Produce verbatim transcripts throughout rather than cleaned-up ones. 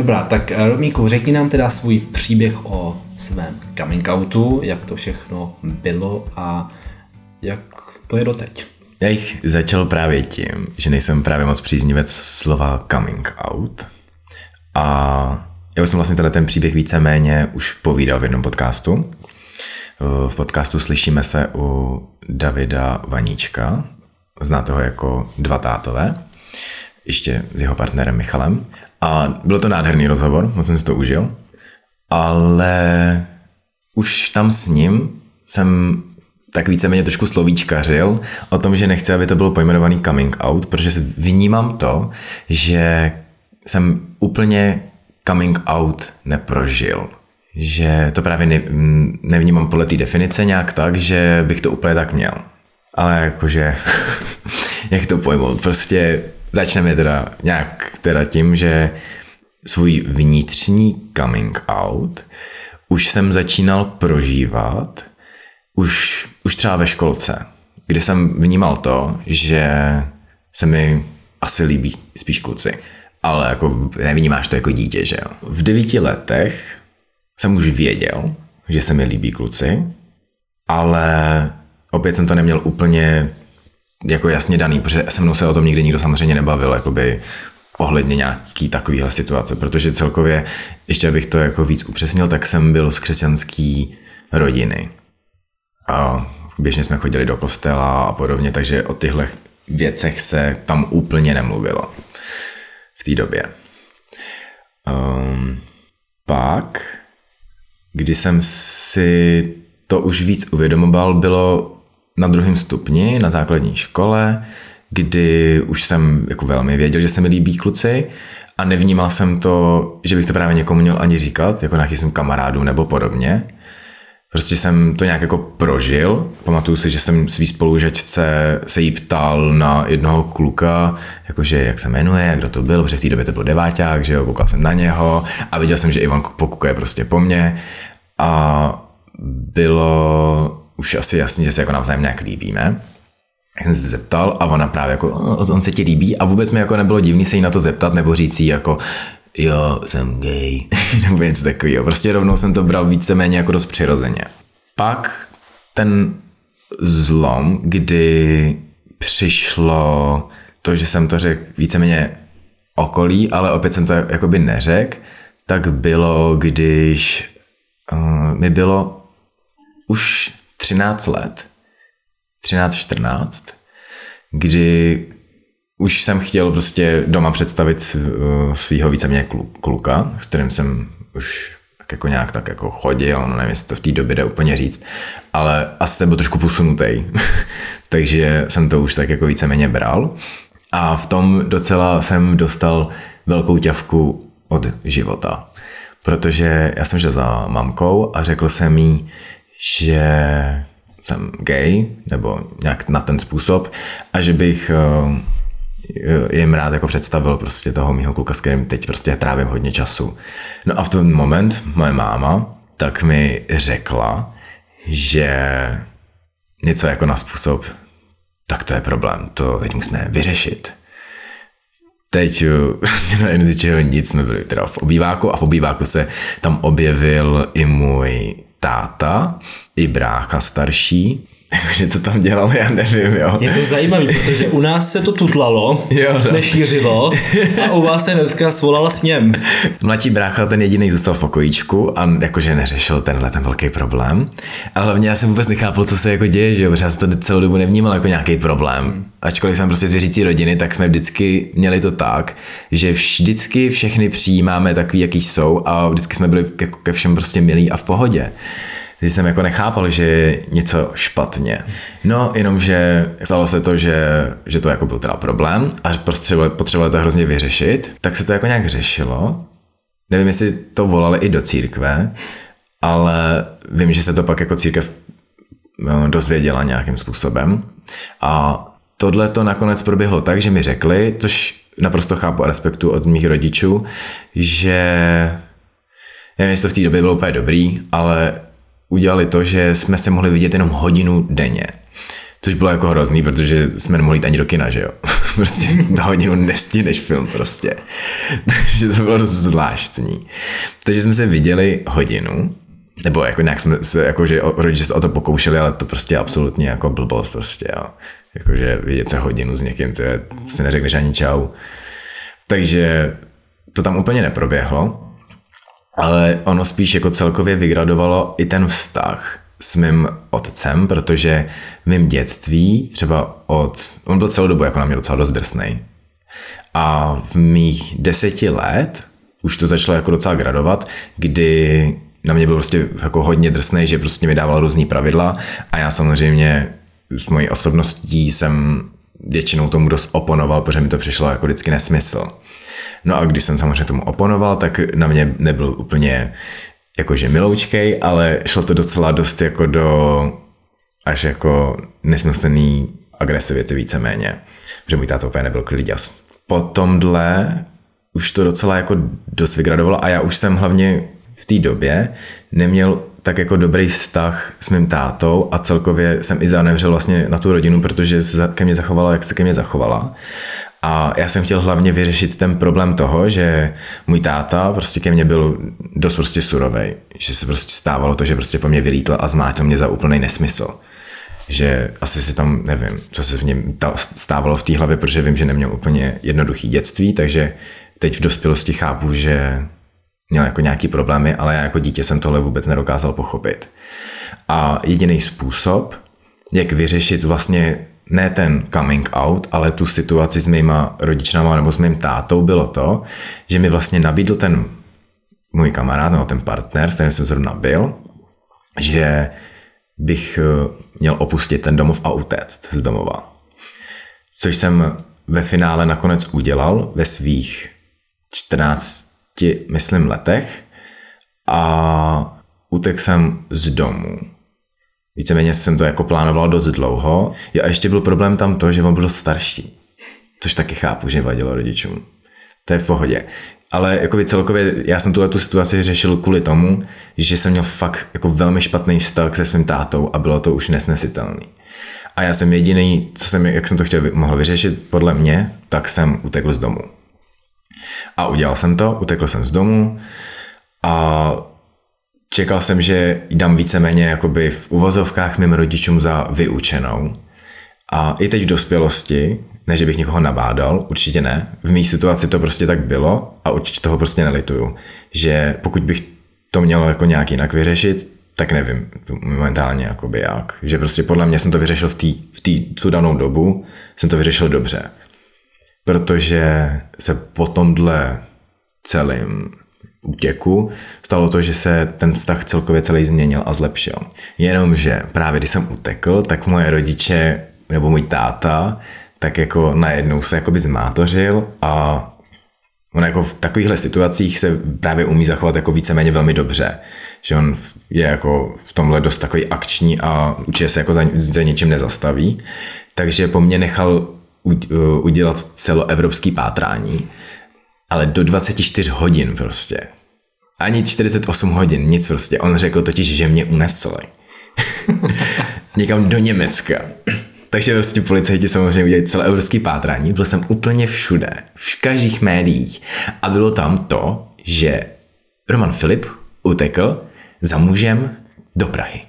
Dobrá, tak Romíku, řekni nám teda svůj příběh o svém coming outu, jak to všechno bylo a jak to je doteď. Já jich začal právě tím, že nejsem právě moc příznivec slova coming out. A já už jsem vlastně tenhle ten příběh víceméně už povídal v jednom podcastu. V podcastu Slyšíme se u Davida Vaníčka, znáte ho jako Dva tátové, ještě s jeho partnerem Michalem. A byl to nádherný rozhovor, moc jsem si to užil, ale už tam s ním jsem tak víceméně trošku slovíčkařil o tom, že nechci, aby to bylo pojmenovaný coming out, protože vnímám to, že jsem úplně coming out neprožil. Že to právě ne, nevnímám podle té definice nějak tak, že bych to úplně tak měl. Ale jakože, jak to pojmout, prostě začneme teda nějak teda tím, že svůj vnitřní coming out už jsem začínal prožívat už, už třeba ve školce, kdy jsem vnímal to, že se mi asi líbí spíš kluci, ale jako nevnímáš to jako dítě, že jo. V devíti letech jsem už věděl, že se mi líbí kluci, ale opět jsem to neměl úplně jako jasně daný, protože se mnou se o tom nikdy nikdo samozřejmě nebavil, jakoby ohledně nějaký takovýhle situace, protože celkově, ještě abych to jako víc upřesnil, tak jsem byl z křesťanský rodiny. A běžně jsme chodili do kostela a podobně, takže o těchto věcech se tam úplně nemluvilo v té době. Um, pak, kdy jsem si to už víc uvědomoval, bylo na druhém stupni, na základní škole, kdy už jsem jako velmi věděl, že se mi líbí kluci a nevnímal jsem to, že bych to právě někomu měl ani říkat, jako nějakým svým kamarádům nebo podobně. Prostě jsem to nějak jako prožil. Pamatuju si, že jsem svý spolužačce se jí ptal na jednoho kluka, jakože jak se jmenuje, kdo to byl, protože v té době to byl deváťák, že jo, koukal jsem na něho a viděl jsem, že Ivan pokukuje prostě po mně a bylo už asi jasný, že se jako navzájem nějak líbíme. Já jsem se zeptal a ona právě jako, on se ti líbí a vůbec mi jako nebylo divný se jí na to zeptat nebo říct jí jako jo, jsem gay, nebo něco takového. Prostě rovnou jsem to bral víceméně jako dost přirozeně. Pak ten zlom, kdy přišlo to, že jsem to řekl víceméně okolí, ale opět jsem to jakoby neřekl, tak bylo, když uh, mi bylo už třináct let, třináct čtrnáct, kdy už jsem chtěl prostě doma představit svýho víceméně kluka, s kterým jsem už tak jako nějak tak jako chodil, no nevím, jestli to v té době jde úplně říct, ale asi jsem byl trošku posunutý, takže jsem to už tak jako víceméně bral a v tom docela jsem dostal velkou ťavku od života, protože já jsem šel za mamkou a řekl jsem jí, že jsem gay, nebo nějak na ten způsob a že bych jim rád jako představil prostě toho mýho kluka, s kterým teď prostě trávím hodně času. No a v ten moment moje máma tak mi řekla, že něco jako na způsob, tak to je problém, to teď musíme vyřešit. Teď vlastně na jednu nic, jsme byli teda v obýváku a v obýváku se tam objevil i můj táta, i brácha starší, že co tam dělal, já nevím, jo. Je to zajímavé, protože u nás se to tutlalo, jo, no. nešířilo a u vás se hnedka svolala sněm. Mladší brácha, ten jediný zůstal v pokojíčku a jakože neřešil tenhle ten velký problém. A hlavně já jsem vůbec nechápal, co se jako děje, že jo, protože já jsem to celou dobu nevnímal jako nějaký problém. Ačkoliv jsem prostě z věřící rodiny, tak jsme vždycky měli to tak, že vždycky všechny přijímáme takový, jaký jsou a vždycky jsme byli ke, ke všem prostě milí a v pohodě. Když jsem jako nechápal, že je něco špatně. No, jenomže stalo se to, že, že to jako byl teda problém a potřebovali, potřebovali to hrozně vyřešit, tak se to jako nějak řešilo. Nevím, jestli to volali i do církve, ale vím, že se to pak jako církev dozvěděla nějakým způsobem. A tohle to nakonec proběhlo tak, že mi řekli, což naprosto chápu a respektu od mých rodičů, že nevím, jestli to v té době bylo úplně dobrý, ale udělali to, že jsme se mohli vidět jenom hodinu denně. Což bylo jako hrozný, protože jsme nemohli jít ani do kina, že jo. Prostě na hodinu nestihneš film prostě. Takže to bylo dost zvláštní. Takže jsme se viděli hodinu, nebo jako nějak jsme se, jakože rodiče se o to pokoušeli, ale to prostě absolutně jako blbost prostě, jo. Jakože vidět se hodinu s někým, to je, si neřekneš ani čau. Takže to tam úplně neproběhlo, ale ono spíš jako celkově vygradovalo i ten vztah s mým otcem, protože v mém dětství třeba od, on byl celou dobu jako na mě docela dost drsnej. A v mých deseti let už to začalo jako docela gradovat, kdy na mě byl prostě jako hodně drsnej, že prostě mi dával různý pravidla a já samozřejmě s mojí osobností jsem většinou tomu dost oponoval, protože mi to přišlo jako vždycky nesmysl. No a když jsem samozřejmě tomu oponoval, tak na mě nebyl úplně jakože miloučkej, ale šlo to docela dost jako do až jako nesmyslný agresivity víceméně, protože můj táta úplně nebyl kliděs. Po tomhle už to docela jako dost vygradovalo a já už jsem hlavně v té době neměl tak jako dobrý vztah s mým tátou a celkově jsem i zanevřel vlastně na tu rodinu, protože se ke mně zachovala, jak se ke mně zachovala. A já jsem chtěl hlavně vyřešit ten problém toho, že můj táta prostě ke mně byl dost prostě surovej, že se prostě stávalo to, že prostě po mě vylítl a zmátil mě za úplný nesmysl. Že asi si tam, nevím, co se v něm stávalo v té hlavě, protože vím, že neměl úplně jednoduchý dětství, takže teď v dospělosti chápu, že měl jako nějaký problémy, ale já jako dítě jsem tohle vůbec nedokázal pochopit. A jediný způsob, jak vyřešit vlastně ne ten coming out, ale tu situaci s mýma rodičnama nebo s mým tátou bylo to, že mi vlastně nabídl ten můj kamarád nebo ten partner, s kterým jsem zrovna byl, že bych měl opustit ten domov a utéct z domova. Což jsem ve finále nakonec udělal ve svých čtrnácti, myslím, letech a utekl jsem z domu. Víceméně jsem to jako plánoval dost dlouho. Jo, a ještě byl problém tam to, že on byl starší. Což taky chápu, že vadilo rodičům. To je v pohodě. Ale jakoby celkově já jsem tuhle tu situaci řešil kvůli tomu, že jsem měl fakt jako velmi špatný vztah se svým tátou a bylo to už nesnesitelný. A já jsem jediný, co jsem, jak jsem to chtěl, mohl vyřešit podle mě, tak jsem utekl z domu. A udělal jsem to, utekl jsem z domu a čekal jsem, že dám víceméně jakoby v uvozovkách mým rodičům za vyučenou. A i teď v dospělosti, ne, že bych někoho nabádal, určitě ne. V mý situaci to prostě tak bylo a určitě toho prostě nelituju. Že pokud bych to měl jako nějak jinak vyřešit, tak nevím momentálně jakoby jak. Že prostě podle mě jsem to vyřešil v té v té tu danou dobu, jsem to vyřešil dobře. Protože se po tomhle celým útěku stalo to, že se ten vztah celkově celý změnil a zlepšil. Jenomže právě když jsem utekl, tak moje rodiče nebo můj táta tak jako najednou se jakoby zmátořil a on jako v takovýchhle situacích se právě umí zachovat jako víceméně velmi dobře. Že on je jako v tomhle dost takový akční a určitě se jako za, za něčím nezastaví. Takže po mně nechal udělat celoevropský pátrání, ale do dvacet čtyři hodin prostě. Ani čtyřicet osm hodin, nic prostě. On řekl totiž, že mě unesli. Někam do Německa. Takže prostě policajti samozřejmě udělali celoevropský pátrání. Byl jsem úplně všude, v každých médiích. A bylo tam to, že Roman Filip utekl za mužem do Prahy.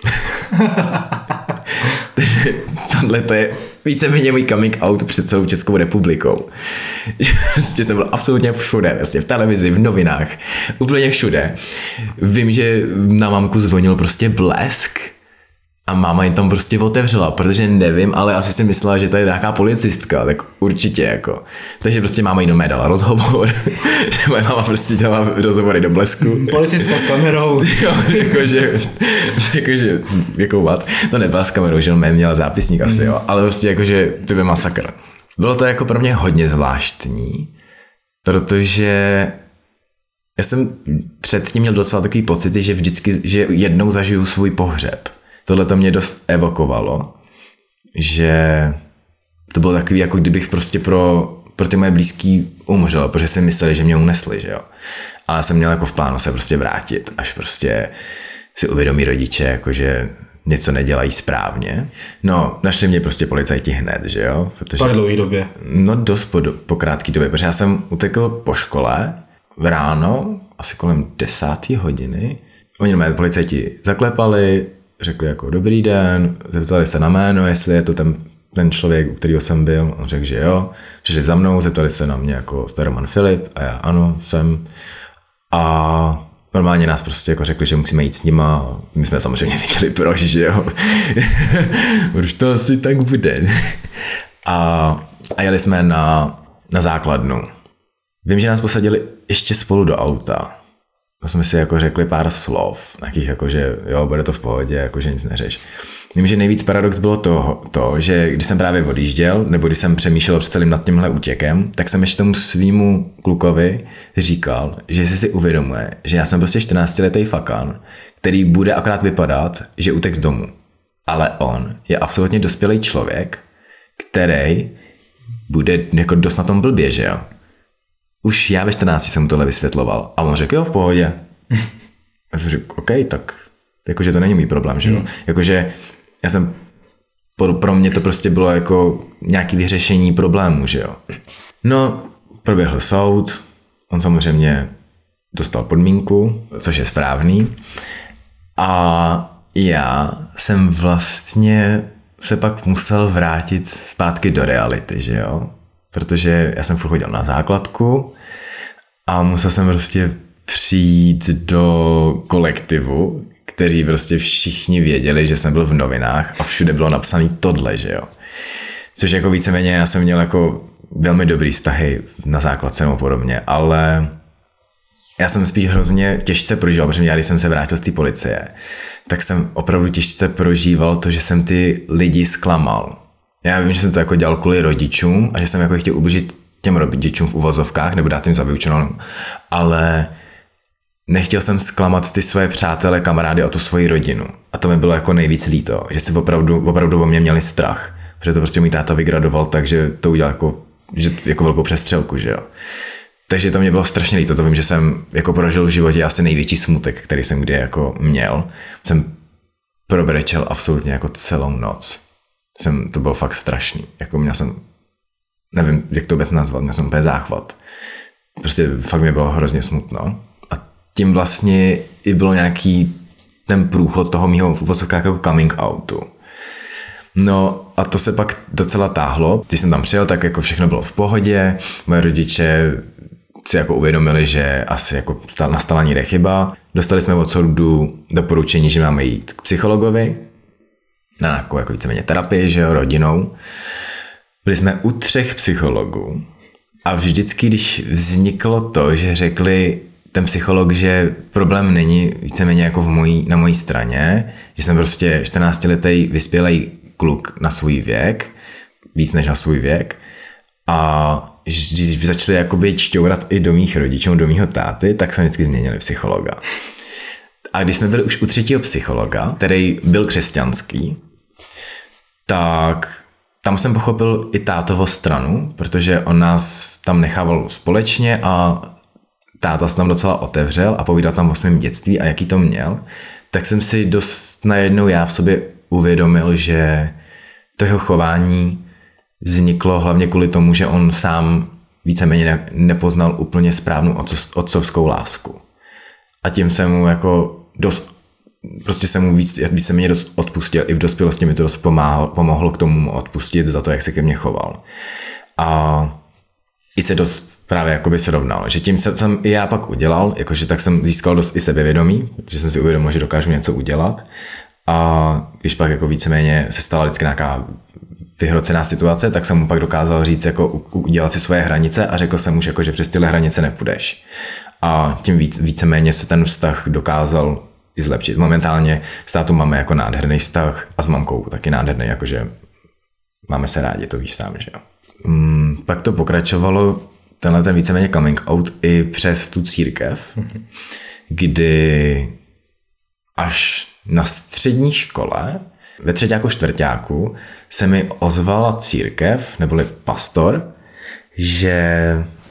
Takže tohle to je víceméně můj coming out před celou Českou republikou. Vlastně jsem byl absolutně všude, vlastně v televizi, v novinách, úplně všude. Vím, že na mamku zvonil prostě Blesk a máma ji tam prostě otevřela, protože nevím, ale asi si myslela, že to je nějaká policistka, tak určitě jako. Takže prostě máma jí do mé dala rozhovor, že moje máma prostě dělala rozhovory do Blesku. Policistka s kamerou. Jo, jakože, jakože, jako what? To nebyla s kamerou, že on měla zápisník asi, jo, ale prostě jakože to byl masakr. Bylo to jako pro mě hodně zvláštní, protože já jsem předtím měl docela takový pocity, že vždycky, že jednou zažiju svůj pohřeb. Tohle to mě dost evokovalo, že to bylo takový, jako kdybych prostě pro, pro ty moje blízký umřel, protože si mysleli, že mě unesli, že jo. Ale já jsem měl jako v plánu se prostě vrátit, až prostě si uvědomí rodiče, jakože něco nedělají správně. No, našli mě prostě policajti hned, že jo? Protože, po dlouhé době. No dost po, po krátké době, protože já jsem utekl po škole v ráno, asi kolem desáté hodiny. Oni mě policajti zaklepali, řekli jako dobrý den, zeptali se na jméno, jestli je to ten, ten člověk, u kterého jsem byl. On řekl, že jo. Přišli za mnou, zeptali se na mě jako Roman Filip a já ano, jsem. A normálně nás prostě jako řekli, že musíme jít s nima. My jsme samozřejmě věděli proč, že jo. Už to asi tak bude. A, a jeli jsme na, na základnu. Vím, že nás posadili ještě spolu do auta. To jsme si jako řekli pár slov, nějakých jako, že jo, bude to v pohodě, jako, že nic neřeš. Vím, že nejvíc paradox bylo to, to, že když jsem právě odjížděl, nebo když jsem přemýšlel před celým nad tímhle útěkem, tak jsem ještě tomu svýmu klukovi říkal, že si uvědomuje, že já jsem prostě čtrnáctiletý fakan, který bude akorát vypadat, že utek z domu. Ale on je absolutně dospělý člověk, který bude jako dost na tom blbě, že jo. Už já ve čtrnácti jsem mu tohle vysvětloval a on řekl, jo, v pohodě. Já jsem řekl, OK, tak jakože to není můj problém, že jo. Hmm. Jakože já jsem, pro mě to prostě bylo jako nějaké vyřešení problému, že jo. No, proběhl soud, on samozřejmě dostal podmínku, což je správný. A já jsem vlastně se pak musel vrátit zpátky do reality, že jo. Protože já jsem furt chodil na základku a musel jsem prostě přijít do kolektivu, kteří prostě všichni věděli, že jsem byl v novinách a všude bylo napsané tohle, že jo. Což jako víceméně já jsem měl jako velmi dobrý vztahy na základce a podobně, ale já jsem spíš hrozně těžce prožíval, protože já, když jsem se vrátil z té policie, tak jsem opravdu těžce prožíval to, že jsem ty lidi zklamal. Já vím, že jsem to jako dělal kvůli rodičům a že jsem jako chtěl ublížit těm rodičům v uvozovkách nebo dát jim za vyučenou, ale nechtěl jsem zklamat ty svoje přátele, kamarády a tu svoji rodinu. A to mi bylo jako nejvíc líto, že si opravdu, opravdu o mě měli strach, protože to prostě můj táta vygradoval tak, že to udělal jako, že, jako velkou přestřelku, že jo. Takže to mě bylo strašně líto, to vím, že jsem jako prožil v životě asi největší smutek, který jsem kdy jako měl. Jsem probrečel absolutně jako celou noc. Jsem, to bylo fakt strašný. Jako měl jsem, nevím, jak to vůbec nazvat, měl jsem úplně záchvat. Prostě fakt mi bylo hrozně smutno. A tím vlastně i bylo nějaký ten průchod toho mýho v uvozovkách jako coming outu. No a to se pak docela táhlo. Když jsem tam přijel, tak jako všechno bylo v pohodě. Moje rodiče si jako uvědomili, že asi jako nastala někde chyba. Dostali jsme od soudu doporučení, že máme jít k psychologovi na nějakou jako víceméně terapii, že jo, rodinou. Byli jsme u třech psychologů a vždycky, když vzniklo to, že řekli ten psycholog, že problém není víceméně jako v mojí, na mojí straně, že jsem prostě čtrnáctiletý vyspělej kluk na svůj věk, víc než na svůj věk, a když začali jakoby čťourat i do mých rodičů, do mýho táty, tak jsme vždycky změnili psychologa. A když jsme byli už u třetího psychologa, který byl křesťanský, tak tam jsem pochopil i tátovo stranu, protože on nás tam nechával společně a táta se tam docela otevřel a povídal tam o svém dětství a jaký to měl, tak jsem si dost najednou já v sobě uvědomil, že to jeho chování vzniklo hlavně kvůli tomu, že on sám víceméně nepoznal úplně správnou otcovskou lásku. A tím jsem mu jako dost, prostě jsem mu víc, víceméně dost odpustil, i v dospělosti mi to dost pomáhal, pomohlo k tomu odpustit za to, jak se ke mně choval. A i se dost právě jakoby srovnal, že tím, co jsem i já pak udělal, jakože tak jsem získal dost i sebevědomí, protože jsem si uvědomil, že dokážu něco udělat. A když pak jako víceméně se stala vždycky nějaká vyhrocená situace, tak jsem mu pak dokázal říct, jako udělat si svoje hranice a řekl jsem mu, jako, že přes tyhle hranice nepůjdeš. A tím víc, víceméně se ten vztah dokázal i zlepšit. Momentálně s tátou máme jako nádherný vztah a s mamkou taky nádherný, jakože máme se rádi, to víš sám, že jo. Hmm, pak to pokračovalo, tenhle ten víceméně coming out i přes tu církev, mm-hmm. kdy až na střední škole, ve třetíku čtvrťáku, se mi ozvala církev, neboli pastor, že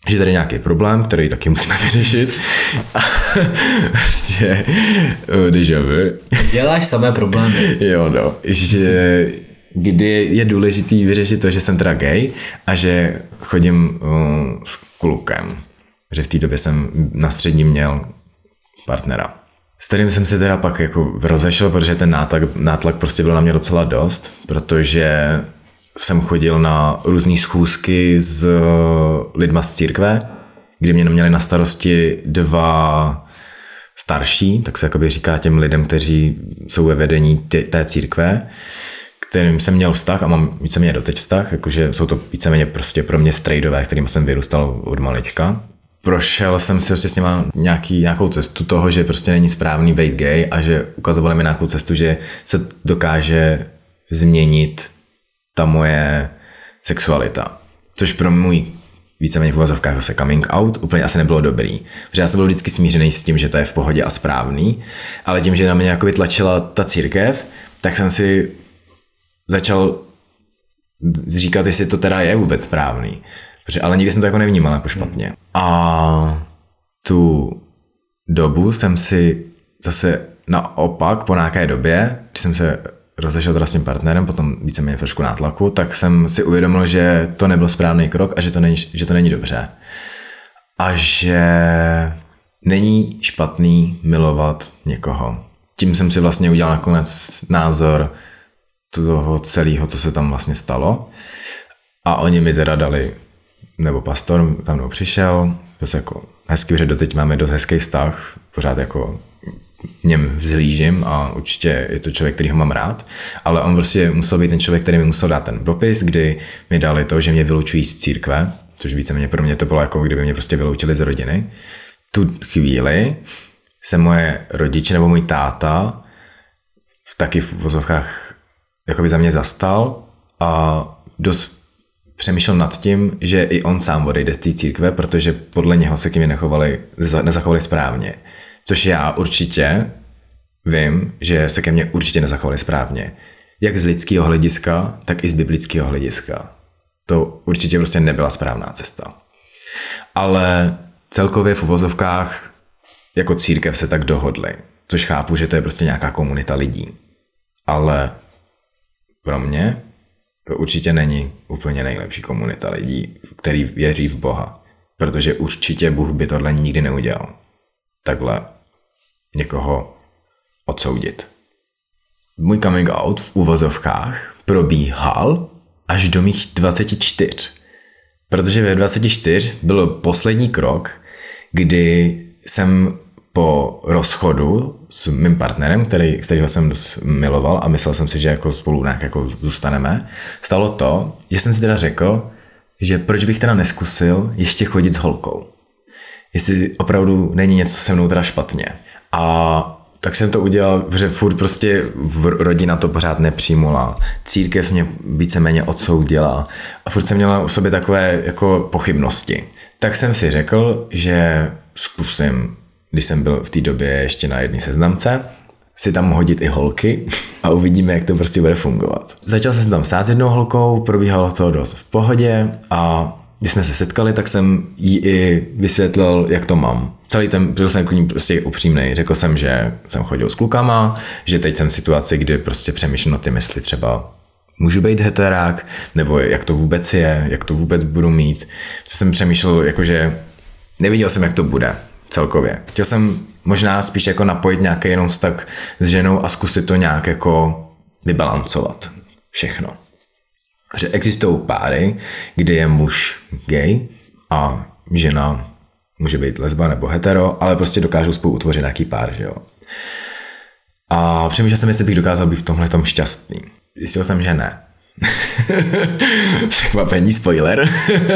že tady je nějaký problém, který taky musíme vyřešit. A vlastně, déjà vu. Děláš samé problémy. Jo, no, že kdy je důležitý vyřešit to, že jsem teda gay a že chodím uh, s klukem. Že v té době jsem na střední měl partnera. S kterým jsem se teda pak jako rozešel, protože ten nátlak, nátlak prostě byl na mě docela dost, protože jsem chodil na různé schůzky s lidma z církve, kdy mě měli na starosti dva starší, tak se jakoby říká těm lidem, kteří jsou ve vedení té, té církve, kterým jsem měl vztah a mám víceméně doteď vztah, jakože jsou to víceméně prostě pro mě strejdové, s kterými jsem vyrůstal od malička. Prošel jsem si prostě s nima nějaký, nějakou cestu toho, že prostě není správný být gay a že ukazovali mi nějakou cestu, že se dokáže změnit ta moje sexualita. Což pro můj víceméně v uvozovkách zase coming out úplně asi nebylo dobrý. Protože já jsem byl vždycky smířený s tím, že to je v pohodě a správný, ale tím, že na mě jako vytlačila ta církev, tak jsem si začal říkat, jestli to teda je vůbec správný. Protože, ale nikdy jsem to jako nevnímal jako špatně. A tu dobu jsem si zase naopak po nějaké době, když jsem se rozešel teda s tím partnerem, potom víceméně trošku nátlaku, tak jsem si uvědomil, že to nebyl správný krok a že to není, že to není dobře. A že není špatný milovat někoho. Tím jsem si vlastně udělal nakonec názor toho celého, co se tam vlastně stalo. A oni mi teda dali, nebo pastor tam mnou přišel, dost jako hezký, že doteď máme dost hezký vztah, pořád jako něm vzhlížím a určitě je to člověk, který ho mám rád, ale on prostě musel být ten člověk, který mi musel dát ten dopis, kdy mi dali to, že mě vylučují z církve, což víceméně pro mě to bylo jako kdyby mě prostě vyloučili z rodiny. Tu chvíli se moje rodiče nebo můj táta taky v vozovkách jakoby za mě zastal a dost přemýšlel nad tím, že i on sám odejde z té církve, protože podle něho se k mě nechovali, nezachovali správně. Což já určitě vím, že se ke mně určitě nezachovali správně. Jak z lidského hlediska, tak i z biblického hlediska. To určitě prostě nebyla správná cesta. Ale celkově v uvozovkách jako církev se tak dohodli. Což chápu, že to je prostě nějaká komunita lidí. Ale pro mě to určitě není úplně nejlepší komunita lidí, který věří v Boha. Protože určitě Bůh by tohle nikdy neudělal. Takhle někoho odsoudit. Můj coming out v uvozovkách probíhal až do mých dvaceti čtyř. Protože ve dvaceti čtyř byl poslední krok, kdy jsem po rozchodu s mým partnerem, který, kterýho jsem dost miloval a myslel jsem si, že jako spolu nějak jako zůstaneme, stalo to, že jsem si teda řekl, že proč bych teda neskusil ještě chodit s holkou. Jestli opravdu není něco se mnou teda špatně. A tak jsem to udělal, že furt prostě rodina to pořád nepřijmula, církev mě víceméně odsoudila a furt jsem měla o sobě takové jako pochybnosti. Tak jsem si řekl, že zkusím, když jsem byl v té době ještě na jedné seznamce, si tam hodit i holky a uvidíme, jak to prostě bude fungovat. Začal jsem se tam sát s jednou holkou, probíhalo to dost v pohodě a když jsme se setkali, tak jsem jí i vysvětlil, jak to mám. Celý ten, byl jsem k ní prostě upřímnej. Řekl jsem, že jsem chodil s klukama, že teď jsem v situaci, kdy prostě přemýšlím na ty mysli, třeba můžu být heterák, nebo jak to vůbec je, jak to vůbec budu mít. Co jsem přemýšlel, jakože neviděl jsem, jak to bude celkově. Chtěl jsem možná spíš jako napojit nějaký jenom vztah s ženou a zkusit to nějak jako vybalancovat. Všechno. Že existují páry, kde je muž gay a žena může být lesba nebo hetero, ale prostě dokážou spolu utvořit nějaký pár, že jo. A přemýšlel jsem, jestli bych dokázal být v tomhle tom šťastný. Zjistil jsem, že ne. Překvapení, spoiler.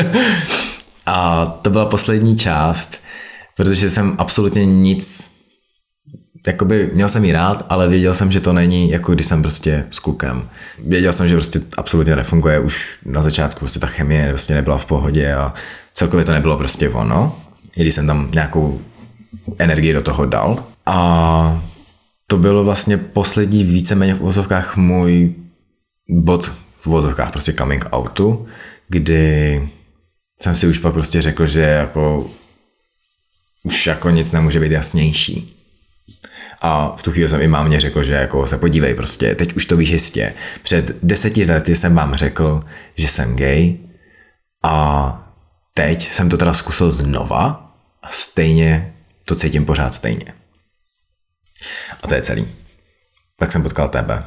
A to byla poslední část, protože jsem absolutně nic, jakoby měl jsem jí rád, ale věděl jsem, že to není jako když jsem prostě s klukem. Věděl jsem, že prostě absolutně nefunguje, už na začátku prostě ta chemie prostě nebyla v pohodě a celkově to nebylo prostě ono, i když jsem tam nějakou energii do toho dal. A to bylo vlastně poslední víceméně v uvozovkách můj bod v uvozovkách prostě coming outu, kdy jsem si už pak prostě řekl, že jako už jako nic nemůže být jasnější. A v tu chvíli jsem i mámě řekl, že jako se podívej prostě, teď už to víš jistě. Před deseti lety jsem vám řekl, že jsem gay a teď jsem to teda zkusil znova a stejně to cítím pořád stejně. A to je celý. Pak jsem potkal tebe.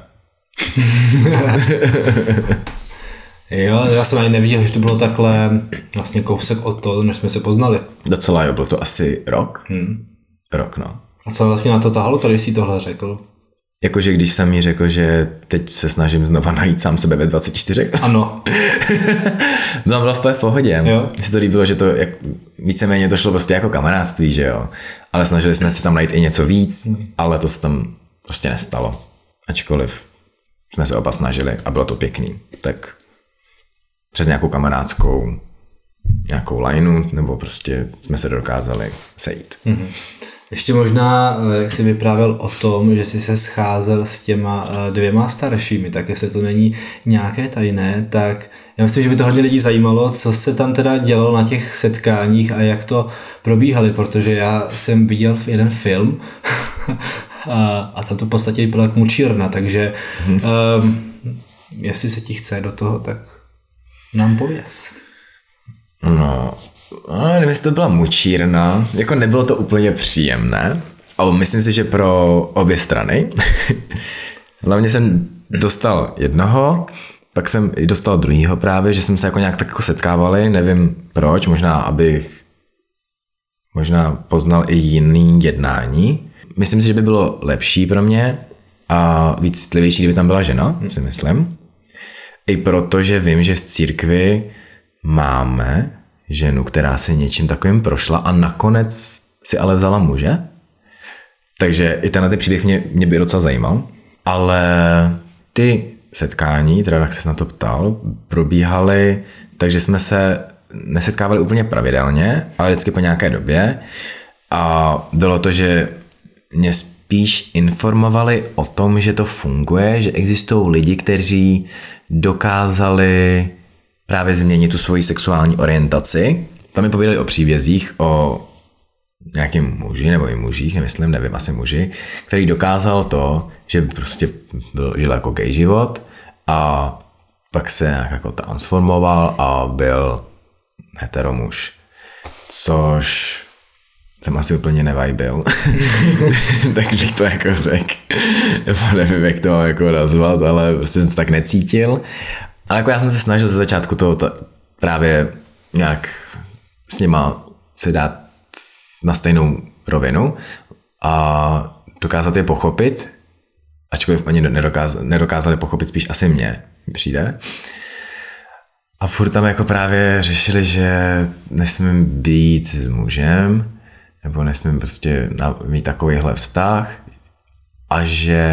Jo, já jsem ani neviděl, že to bylo takhle vlastně kousek od toho, než jsme se poznali. Docela jo, bylo to asi rok. Hmm. Rok, no. A co vlastně na to tahlo, to, když jsi tohle řekl? Jakože když jsem jí řekl, že teď se snažím znova najít sám sebe ve dvaceti čtyřech. Ano. No, bylo v pohodě. Jo. Mně se to líbilo, že to jak, víceméně to šlo prostě jako kamarádství, že jo. Ale snažili jsme se tam najít i něco víc, hmm. ale to se tam prostě nestalo. Ačkoliv jsme se oba snažili a bylo to pěkný. Tak přes nějakou kamarádskou nějakou lineu, nebo prostě jsme se dokázali sejít. Mm-hmm. Ještě možná, jak jsi vyprávěl o tom, že jsi se scházel s těma dvěma staršími, tak jestli to není nějaké tajné, tak já myslím, že by to hodně lidí zajímalo, co se tam teda dělalo na těch setkáních a jak to probíhaly, protože já jsem viděl jeden film a, a tam to v podstatě bylo jak mučírna, takže mm-hmm. um, jestli se ti chce do toho, tak nám pověz. No, nevím, jestli to byla mučírna, jako nebylo to úplně příjemné, ale myslím si, že pro obě strany. Hlavně jsem dostal jednoho, pak jsem i dostal druhýho právě, že jsme se jako nějak tak jako setkávali, nevím proč, možná abych možná poznal i jiný jednání. Myslím si, že by bylo lepší pro mě a víc citlivější, kdyby tam byla žena, si myslím. I protože vím, že v církvi máme ženu, která si něčím takovým prošla a nakonec si ale vzala muže. Takže i tenhle příběh mě, mě by docela zajímal. Ale ty setkání, teda jak jsi na to ptal, probíhaly, takže jsme se nesetkávali úplně pravidelně, ale vždycky po nějaké době. A bylo to, že mě spíš informovali o tom, že to funguje, že existují lidi, kteří dokázali právě změnit tu svoji sexuální orientaci. Tam mi povídali o příbězích, o nějakým muži, nebo i mužích, nemyslím, nevím, asi muži, který dokázal to, že prostě byl, žil jako gay život a pak se nějak jako transformoval a byl heteromuž. Což jsem asi úplně nevajbil. Tak bych to jako řekl. Nevím, jak to mám jako nazvat, ale prostě jsem to tak necítil. Ale jako já jsem se snažil ze začátku to ta, právě nějak s nima se dát na stejnou rovinu a dokázat je pochopit, ačkoliv oni nedokázali, nedokázali pochopit spíš asi mě, přijde. A furt tam jako právě řešili, že nesmím být s mužem, nebo nesmím prostě mít takovýhle vztah a že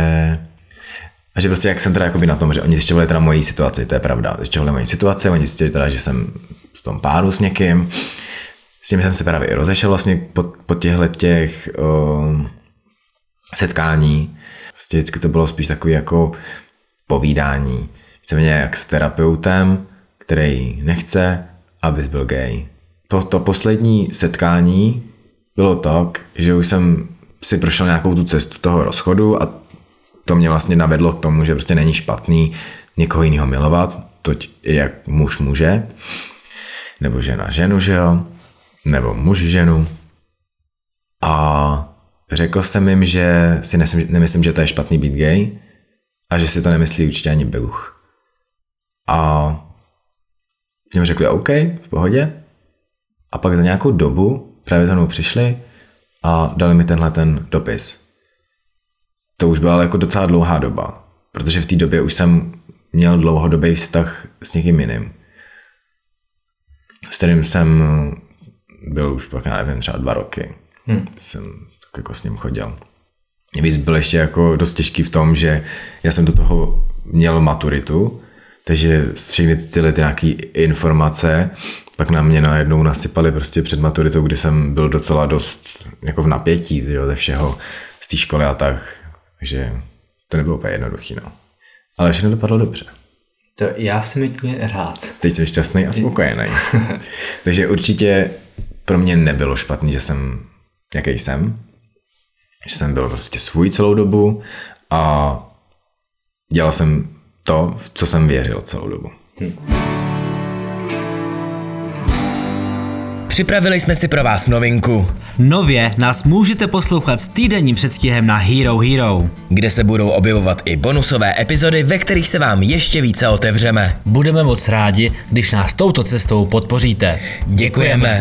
A že prostě jak jsem teda jakoby na tom, že oni zjišťovali teda moji situaci, to je pravda, zjišťovali moji situaci, oni zjistili teda, že jsem v tom páru s někým, s tím jsem se právě i rozešel vlastně po, po těchto těch uh, setkání. Prostě vždycky to bylo spíš takový jako povídání. Víceméně jak s terapeutem, který nechce, abys byl gay. To, to poslední setkání bylo tak, že už jsem si prošel nějakou tu cestu toho rozchodu a to mě vlastně navedlo k tomu, že prostě není špatný někoho jiného milovat, toť i jak muž muže, nebo žena ženu, že jo, nebo muž ženu. A řekl jsem jim, že si nemyslím, že to je špatný být gay a že si to nemyslí určitě ani Bůh. A jim řekli OK, v pohodě. A pak za nějakou dobu právě za mnou přišli a dali mi tenhle ten dopis. To už byla jako docela dlouhá doba, protože v té době už jsem měl dlouhodobý vztah s někým jiným, s kterým jsem byl už pak, já nevím, třeba dva roky. Hmm. Jsem tak jako s ním chodil. Víc byl ještě jako dost těžký v tom, že já jsem do toho měl maturitu, takže všechny tyhle ty nějaké informace pak na mě najednou nasypaly prostě před maturitou, kdy jsem byl docela dost jako v napětí, jo, ze všeho, z té školy a tak. Takže to nebylo úplně jednoduchý, no. Ale všechno dopadlo dobře. To já jsem jedině rád. Teď jsem šťastný a spokojený. Takže určitě pro mě nebylo špatný, že jsem, jaký jsem. Že jsem byl prostě svůj celou dobu a dělal jsem to, v co jsem věřil celou dobu. Hm. Připravili jsme si pro vás novinku. Nově nás můžete poslouchat s týdenním předstihem na Hero Hero, kde se budou objevovat i bonusové epizody, ve kterých se vám ještě více otevřeme. Budeme moc rádi, když nás touto cestou podpoříte. Děkujeme.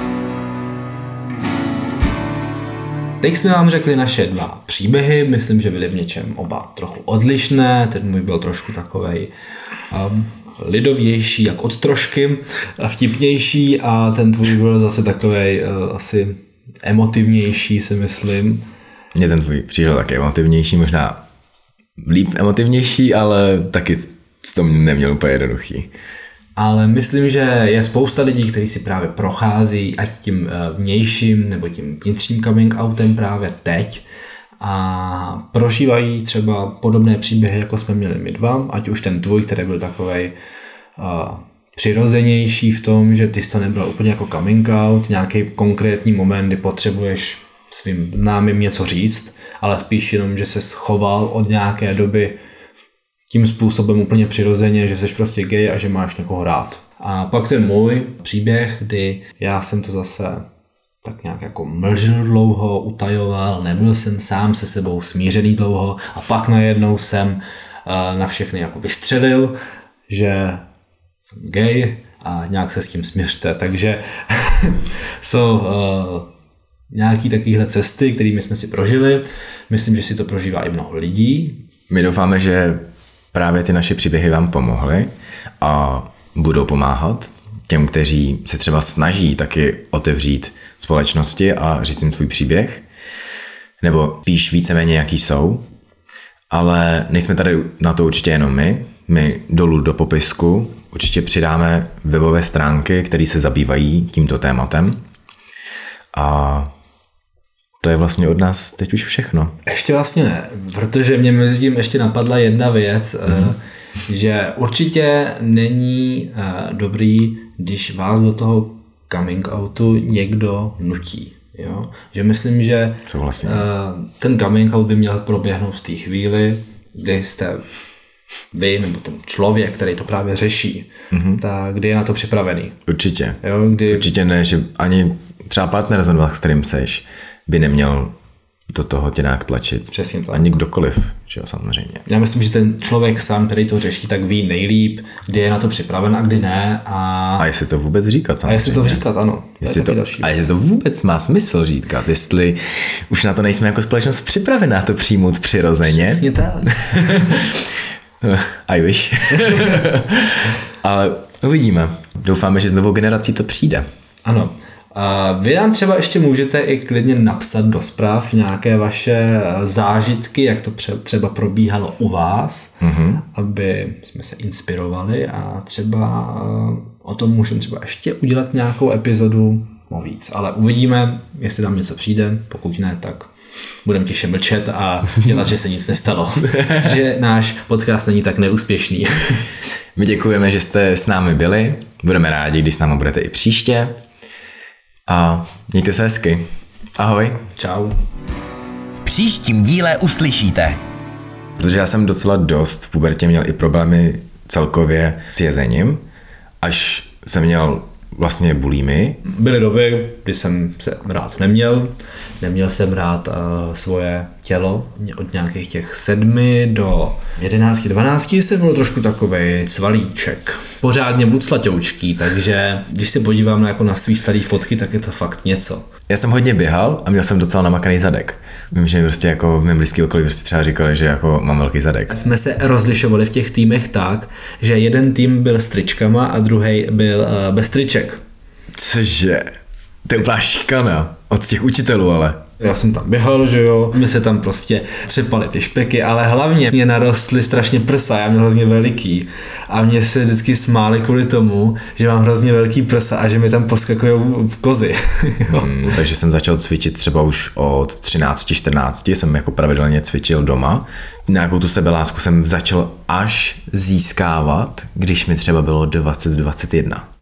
Teď jsme vám řekli naše dva příběhy, myslím, že byly v něčem oba trochu odlišné, ten můj byl trošku takovej um, lidovější, jak od trošky, a vtipnější, a ten tvůj byl zase takovej uh, asi emotivnější, si myslím. Mně ten tvůj přišel taky emotivnější, možná líp emotivnější, ale taky to neměl úplně jednoduchý. Ale myslím, že je spousta lidí, kteří si právě prochází ať tím vnějším nebo tím vnitřním coming outem právě teď a prožívají třeba podobné příběhy, jako jsme měli my dva, ať už ten tvůj, který byl takovej uh, přirozenější v tom, že ty jsi to nebyl úplně jako coming out, nějaký konkrétní moment, kdy potřebuješ svým známým něco říct, ale spíš jenom, že se schoval od nějaké doby tím způsobem úplně přirozeně, že jsi prostě gay a že máš někoho rád. A pak ten můj příběh, kdy já jsem to zase tak nějak jako mlžil dlouho, utajoval, nebyl jsem sám se sebou smířený dlouho a pak najednou jsem na všechny jako vystřelil, že jsem gay a nějak se s tím směřte. Takže jsou uh, nějaký takovýhle cesty, kterými jsme si prožili. Myslím, že si to prožívá i mnoho lidí. My doufáme, že právě ty naše příběhy vám pomohly a budou pomáhat těm, kteří se třeba snaží taky otevřít společnosti a říct jim tvůj příběh, nebo píš víceméně, jaký jsou, ale nejsme tady na to určitě jenom my. My dolů do popisku určitě přidáme webové stránky, které se zabývají tímto tématem a to je vlastně od nás teď už všechno. Ještě vlastně ne, protože mě mezi tím ještě napadla jedna věc, mm. že určitě není dobrý, když vás do toho coming outu někdo nutí. Jo? Že myslím, že Souhlasím. ten coming out by měl proběhnout v té chvíli, kdy jste vy nebo ten člověk, který to právě řeší, mm-hmm. tak kdy je na to připravený. Určitě. Jo, kdy... Určitě ne, že ani třeba partner zrovna, s kterým seš, by neměl do toho tě nějak tlačit. Přesně tak. Ani kdokoliv, že jo, samozřejmě. Já myslím, že ten člověk sám, který to řeší, tak ví nejlíp, kdy je na to připraven a kdy ne. A, a jestli to vůbec říkat, samozřejmě. A jestli to říkat, ano. Jestli to, a jestli to vůbec má smysl říkat, jestli už na to nejsme jako společnost připravená to přijmout přirozeně. Přesně tak. I wish. Ale uvidíme. Doufáme, že s novou generací to přijde. Ano. A vy nám třeba ještě můžete i klidně napsat do zpráv nějaké vaše zážitky, jak to třeba probíhalo u vás, mm-hmm. aby jsme se inspirovali a třeba o tom můžeme třeba ještě udělat nějakou epizodu víc. Ale uvidíme, jestli tam něco přijde, pokud ne, tak budeme tiše mlčet a dělat, že se nic nestalo. Že náš podcast není tak neúspěšný. My děkujeme, že jste s námi byli. Budeme rádi, když s námi budete i příště. A mějte se hezky. Ahoj. Čau. V příštím díle uslyšíte. Protože já jsem docela dost v pubertě měl i problémy celkově s jezením, až jsem měl vlastně bulimy. Byly doby, kdy jsem se rád neměl. Neměl jsem rád uh, svoje tělo. Od nějakých těch sedmi do jedenácti, dvanácti jsem byl trošku takovej cvalíček. Pořádně buclatoučký, takže když se podívám na, jako na svý starý fotky, tak je to fakt něco. Já jsem hodně běhal a měl jsem docela namakaný zadek. Vím, že prostě jako v mém blízkém okolí prostě třeba říkali, že jako mám velký zadek. Jsme se rozlišovali v těch týmech tak, že jeden tým byl s tričkama a druhý byl uh, bez triček. Cože? To je úplná šikana od těch učitelů, ale. Já jsem tam běhal, že jo, my se tam prostě třepali ty špeky, ale hlavně mě narostly strašně prsa, já měl hrozně veliký a mě se vždycky smáli kvůli tomu, že mám hrozně velký prsa a že mi tam poskakují kozy. hmm, takže jsem začal cvičit třeba už od třinácti čtrnácti, jsem jako pravidelně cvičil doma. Nějakou tu sebelásku jsem začal až získávat, když mi třeba bylo dvacet dvacet jedna.